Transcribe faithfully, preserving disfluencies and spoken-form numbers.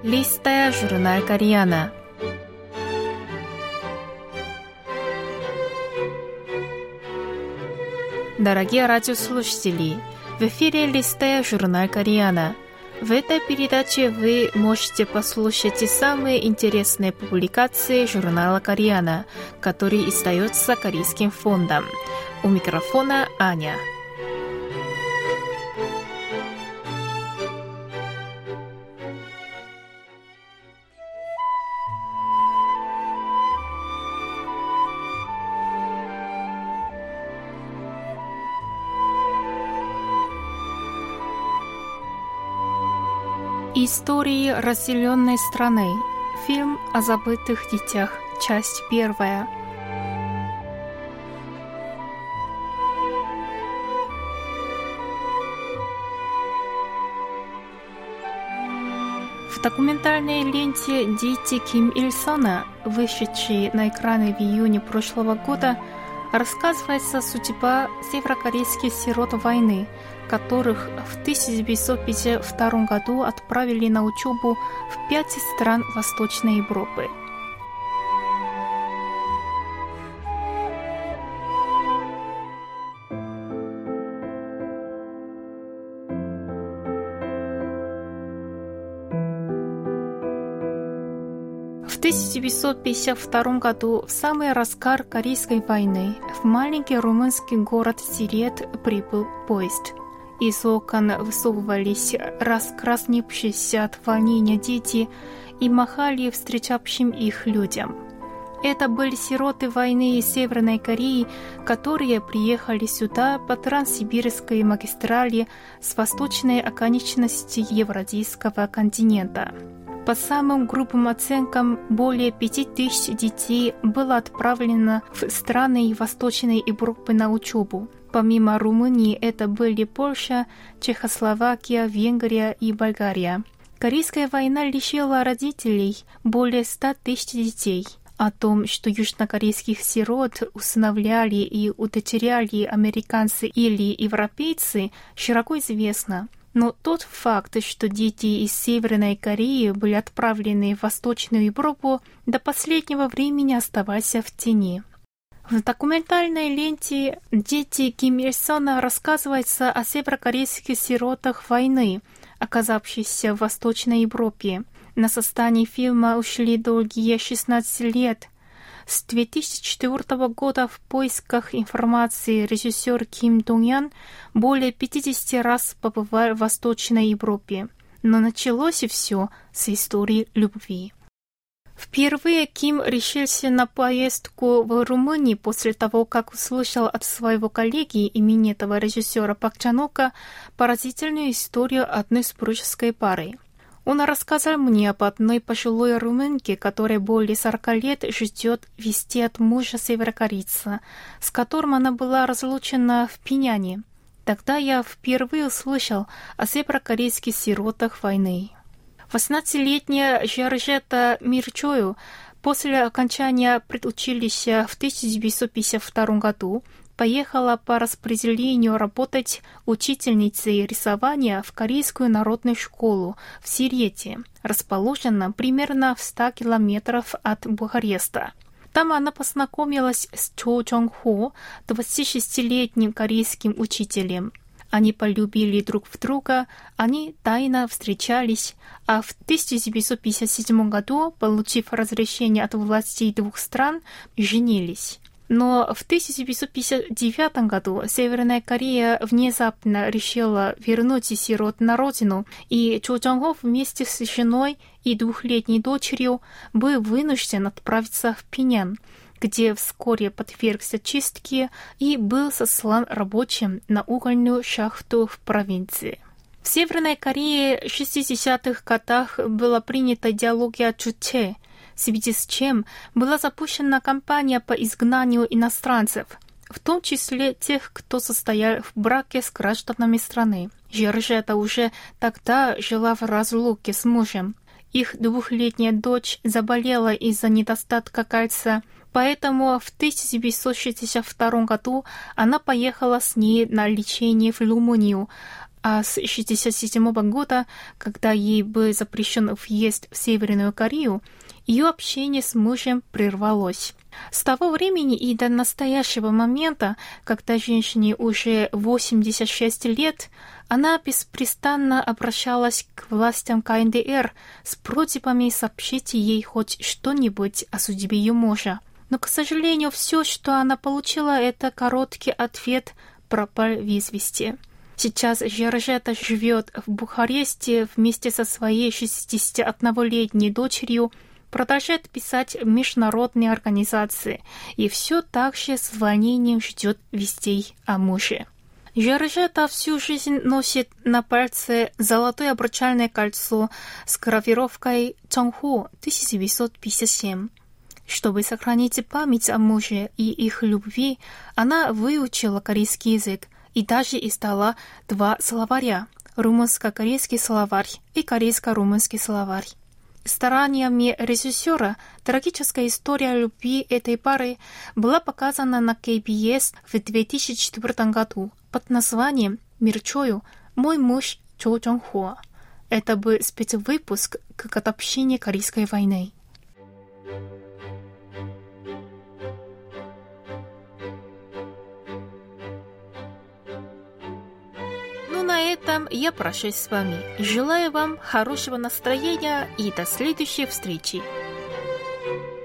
Листая журнал Кореяна. Дорогие радиослушатели, в эфире «Листая журнал Кореяна». В этой передаче вы можете послушать самые интересные публикации журнала Кореяна, который издается Корейским фондом. У микрофона Аня. Истории разделенной страны. Фильм о забытых детях. Часть первая. В документальной ленте «Дети Ким Ил Сона», вышедшей на экраны в июне прошлого года, рассказывается судьба северокорейских сирот войны, которых в тысяча девятьсот пятьдесят втором году отправили на учебу в пять стран Восточной Европы. В тысяча девятьсот пятьдесят втором году, в самый разгар Корейской войны, в маленький румынский город Сирет прибыл поезд. Из окон высовывались раскрасневшиеся от волнения дети и махали встречавшим их людям. Это были сироты войны из Северной Кореи, которые приехали сюда по Транссибирской магистрали с восточной оконечности Евразийского континента. По самым грубым оценкам, более пяти тысяч детей было отправлено в страны Восточной Европы на учебу. Помимо Румынии, это были Польша, Чехословакия, Венгрия и Болгария. Корейская война лишила родителей более ста тысяч детей. О том, что южнокорейских сирот усыновляли и удочеряли американцы или европейцы, широко известно. Но тот факт, что дети из Северной Кореи были отправлены в Восточную Европу, до последнего времени оставался в тени. В документальной ленте «Дети Ким Ил Сона» рассказывается о северокорейских сиротах войны, оказавшихся в Восточной Европе. На создание фильма ушли долгие шестнадцать лет. С две тысячи четвёртого года в поисках информации режиссер Ким Донг Ян более пятьдесят раз побывал в Восточной Европе. Но началось все с истории любви. Впервые Ким решился на поездку в Румынию после того, как услышал от своего коллеги, именитого режиссера Пак Чан Ока, поразительную историю одной супружеской пары. Он рассказал мне об одной пожилой румынке, которая более сорока лет ждет вести от мужа северокорейца, с которым она была разлучена в Пиняне. Тогда я впервые услышал о северокорейских сиротах войны. восемнадцатилетняя Жоржета Мирчою после окончания предучилища в тысяча девятьсот пятьдесят втором году поехала по распределению работать учительницей рисования в Корейскую народную школу в Сирете, расположенном примерно в ста километрах от Бухареста. Там она познакомилась с Чо Джонг Хо, двадцатишестилетним корейским учителем. Они полюбили друг в друга, они тайно встречались, а в тысяча девятьсот пятьдесят седьмом году, получив разрешение от властей двух стран, женились. Но в тысяча девятьсот пятьдесят девятом году Северная Корея внезапно решила вернуть сирот на родину, и Чо Джонг Хо вместе с женой и двухлетней дочерью был вынужден отправиться в Пинян, где вскоре подвергся чистке и был сослан рабочим на угольную шахту в провинции. В Северной Корее в шестидесятых годах была принята идеология Чучхе, в связи с чем была запущена кампания по изгнанию иностранцев, в том числе тех, кто состоял в браке с гражданами страны. Жоржета уже тогда жила в разлуке с мужем. Их двухлетняя дочь заболела из-за недостатка кальция, поэтому в тысяча девятьсот шестьдесят втором году она поехала с ней на лечение в Румынию, А с шестьдесят седьмого года, когда ей был запрещен въезд в Северную Корею, ее общение с мужем прервалось. С того времени и до настоящего момента, когда женщине уже восемьдесят шесть лет, она беспрестанно обращалась к властям ка эн дэ эр с просьбами сообщить ей хоть что-нибудь о судьбе ее мужа. Но, к сожалению, все, что она получила, это короткий ответ «пропал без вести». Сейчас Жоржетта живет в Бухаресте вместе со своей шестидесятиоднолетней дочерью, продолжает писать в международные организации и все так же с волнением ждет вестей о муже. Жоржетта всю жизнь носит на пальце золотое обручальное кольцо с гравировкой «Чонхо тысяча девятьсот пятьдесят семь». Чтобы сохранить память о муже и их любви, она выучила корейский язык и даже издала два словаря – румынско-корейский словарь и корейско-румынский словарь. Стараниями режиссера трагическая история любви этой пары была показана на кей би эс в две тысячи четвёртом году под названием «Мир Чою. Мой муж Чо Чон Хо». Это был спецвыпуск к годовщине Корейской войны. На этом я прощаюсь с вами. Желаю вам хорошего настроения и до следующей встречи.